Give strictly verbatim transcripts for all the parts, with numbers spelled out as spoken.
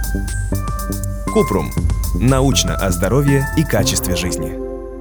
Купрум. Научно о здоровье и качестве жизни.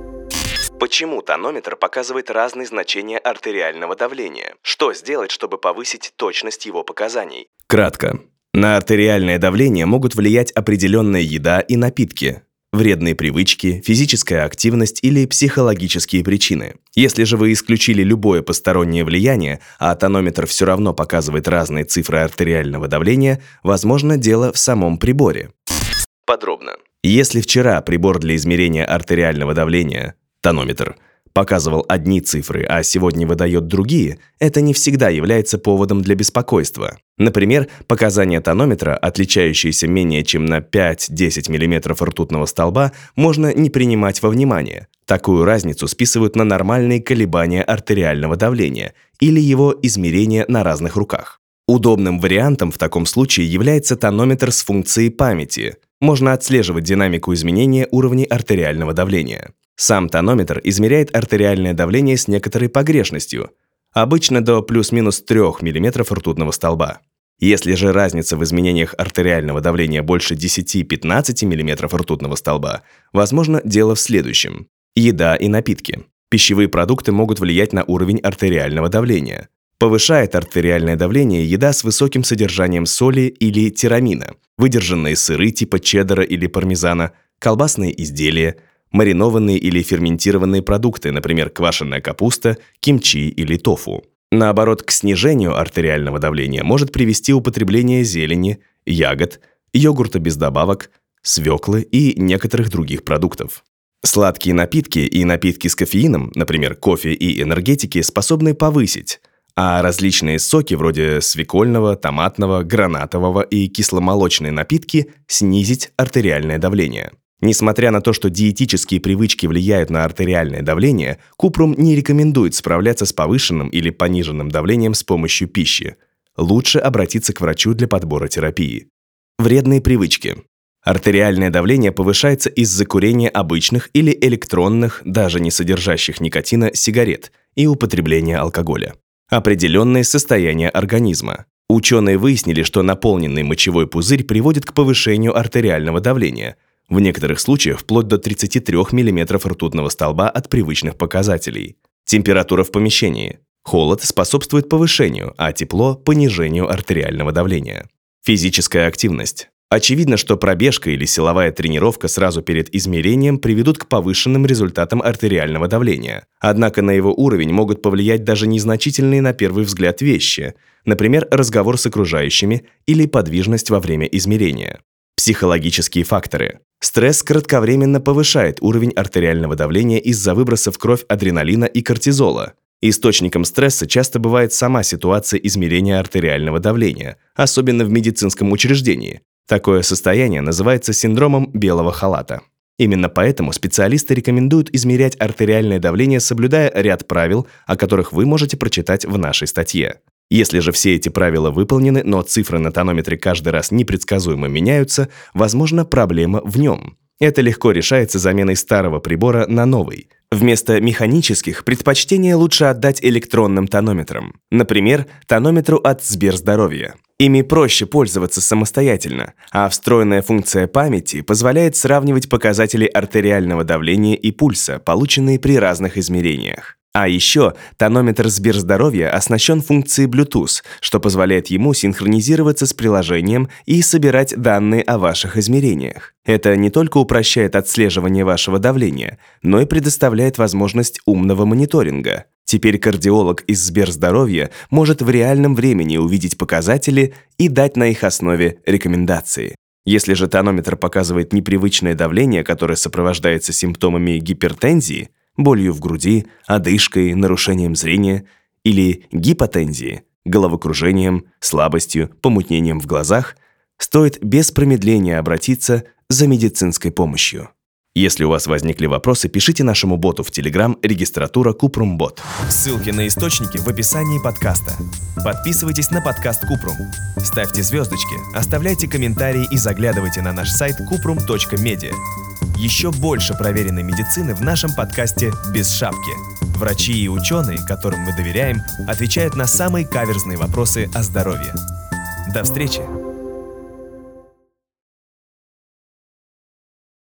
Почему тонометр показывает разные значения артериального давления? Что сделать, чтобы повысить точность его показаний? Кратко. На артериальное давление могут влиять определенная еда и напитки, вредные привычки, физическая активность или психологические причины. Если же вы исключили любое постороннее влияние, а тонометр все равно показывает разные цифры артериального давления, возможно, дело в самом приборе. Подробно. Если вчера прибор для измерения артериального давления, тонометр, показывал одни цифры, а сегодня выдает другие, это не всегда является поводом для беспокойства. Например, показания тонометра, отличающиеся менее чем на пять-десять миллиметров ртутного столба, можно не принимать во внимание. Такую разницу списывают на нормальные колебания артериального давления или его измерение на разных руках. Удобным вариантом в таком случае является тонометр с функцией памяти. Можно отслеживать динамику изменения уровней артериального давления. Сам тонометр измеряет артериальное давление с некоторой погрешностью, обычно до плюс-минус трёх миллиметров ртутного столба. Если же разница в изменениях артериального давления больше десяти-пятнадцати миллиметров ртутного столба, возможно, дело в следующем. Еда и напитки. Пищевые продукты могут влиять на уровень артериального давления. Повышает артериальное давление еда с высоким содержанием соли или тирамина, выдержанные сыры типа чеддера или пармезана, колбасные изделия, маринованные или ферментированные продукты, например, квашеная капуста, кимчи или тофу. Наоборот, к снижению артериального давления может привести употребление зелени, ягод, йогурта без добавок, свеклы и некоторых других продуктов. Сладкие напитки и напитки с кофеином, например, кофе и энергетики, способны повысить, а различные соки вроде свекольного, томатного, гранатового и кисломолочные напитки снизить артериальное давление. Несмотря на то, что диетические привычки влияют на артериальное давление, Купрум не рекомендует справляться с повышенным или пониженным давлением с помощью пищи. Лучше обратиться к врачу для подбора терапии. Вредные привычки. Артериальное давление повышается из-за курения обычных или электронных, даже не содержащих никотина, сигарет и употребления алкоголя. Определенные состояния организма. Ученые выяснили, что наполненный мочевой пузырь приводит к повышению артериального давления, в некоторых случаях вплоть до тридцати трёх миллиметров ртутного столба от привычных показателей. Температура в помещении. Холод способствует повышению, а тепло – понижению артериального давления. Физическая активность. Очевидно, что пробежка или силовая тренировка сразу перед измерением приведут к повышенным результатам артериального давления. Однако на его уровень могут повлиять даже незначительные на первый взгляд вещи, например, разговор с окружающими или подвижность во время измерения. Психологические факторы. Стресс кратковременно повышает уровень артериального давления из-за выброса в кровь адреналина и кортизола. Источником стресса часто бывает сама ситуация измерения артериального давления, особенно в медицинском учреждении. Такое состояние называется синдромом белого халата. Именно поэтому специалисты рекомендуют измерять артериальное давление, соблюдая ряд правил, о которых вы можете прочитать в нашей статье. Если же все эти правила выполнены, но цифры на тонометре каждый раз непредсказуемо меняются, возможно, проблема в нем. Это легко решается заменой старого прибора на новый. Вместо механических предпочтение лучше отдать электронным тонометрам. Например, тонометру от Сберздоровья. Ими проще пользоваться самостоятельно, а встроенная функция памяти позволяет сравнивать показатели артериального давления и пульса, полученные при разных измерениях. А еще тонометр Сберздоровья оснащен функцией Bluetooth, что позволяет ему синхронизироваться с приложением и собирать данные о ваших измерениях. Это не только упрощает отслеживание вашего давления, но и предоставляет возможность умного мониторинга. Теперь кардиолог из Сберздоровья может в реальном времени увидеть показатели и дать на их основе рекомендации. Если же тонометр показывает непривычное давление, которое сопровождается симптомами гипертензии, болью в груди, одышкой, нарушением зрения или гипотензии, головокружением, слабостью, помутнением в глазах, стоит без промедления обратиться за медицинской помощью. Если у вас возникли вопросы, пишите нашему боту в Telegram регистратура Купрумбот. Ссылки на источники в описании подкаста. Подписывайтесь на подкаст Купрум. Ставьте звездочки, оставляйте комментарии и заглядывайте на наш сайт купрум точка медиа. Еще больше проверенной медицины в нашем подкасте «Без шапки». Врачи и ученые, которым мы доверяем, отвечают на самые каверзные вопросы о здоровье. До встречи!